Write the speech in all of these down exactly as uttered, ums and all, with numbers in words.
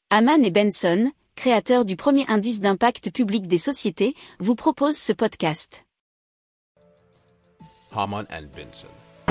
Hamann et Benson, créateurs du premier indice d'impact public des sociétés, vous proposent ce podcast. Hamann and Benson.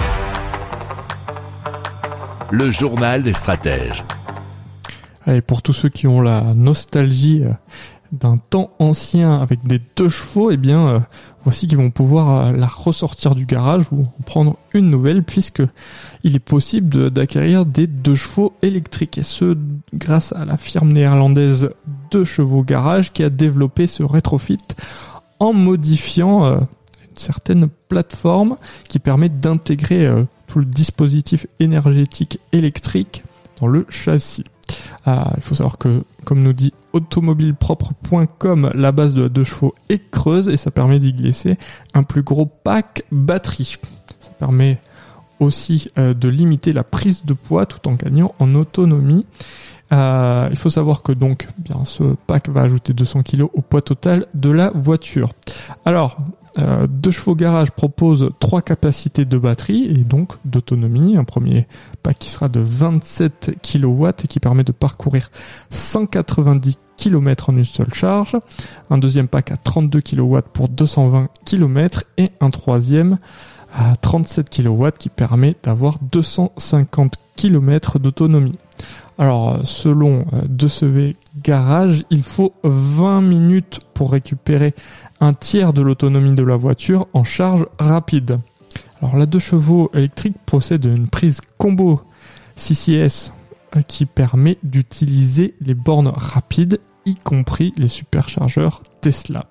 Le journal des stratèges. Allez, pour tous ceux qui ont la nostalgie d'un temps ancien avec des deux chevaux, eh bien, euh, voici qu'ils vont pouvoir euh, la ressortir du garage ou en prendre une nouvelle, puisque il est possible de, d'acquérir des deux chevaux électriques, et ce grâce à la firme néerlandaise Deux Chevaux Garage qui a développé ce rétrofit en modifiant euh, une certaine plateforme qui permet d'intégrer euh, tout le dispositif énergétique électrique dans le châssis. Euh, il faut savoir que, comme nous dit automobilepropre point com, la base de deux chevaux est creuse et ça permet d'y glisser un plus gros pack batterie. Ça permet aussi euh, de limiter la prise de poids tout en gagnant en autonomie. Euh, il faut savoir que donc, bien, ce pack va ajouter deux cents kilos au poids total de la voiture. Alors, Euh, Deux Chevaux Garage propose trois capacités de batterie et donc d'autonomie. Un premier pack qui sera de vingt-sept kilowatts et qui permet de parcourir cent quatre-vingt-dix kilomètres en une seule charge. Un deuxième pack à trente-deux kilowatts pour deux cent vingt kilomètres et un troisième à trente-sept kilowatts qui permet d'avoir deux cent cinquante kilomètres d'autonomie. Alors, selon Deux Chevaux Garage, il faut vingt minutes pour récupérer un tiers de l'autonomie de la voiture en charge rapide. Alors, la deux chevaux électrique possède une prise combo C C S qui permet d'utiliser les bornes rapides, y compris les superchargeurs Tesla.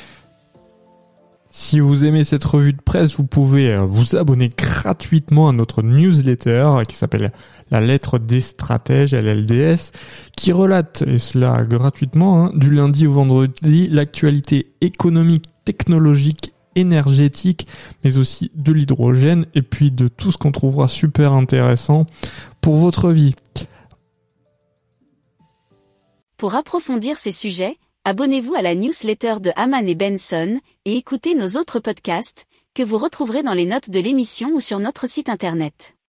Si vous aimez cette revue de presse, vous pouvez vous abonner gratuitement à notre newsletter qui s'appelle La Lettre des Stratèges, L L D S, qui relate, et cela gratuitement, hein, du lundi au vendredi, l'actualité économique, technologique, énergétique, mais aussi de l'hydrogène, et puis de tout ce qu'on trouvera super intéressant pour votre vie. Pour approfondir ces sujets, abonnez-vous à la newsletter de Hamann et Benson et écoutez nos autres podcasts que vous retrouverez dans les notes de l'émission ou sur notre site internet.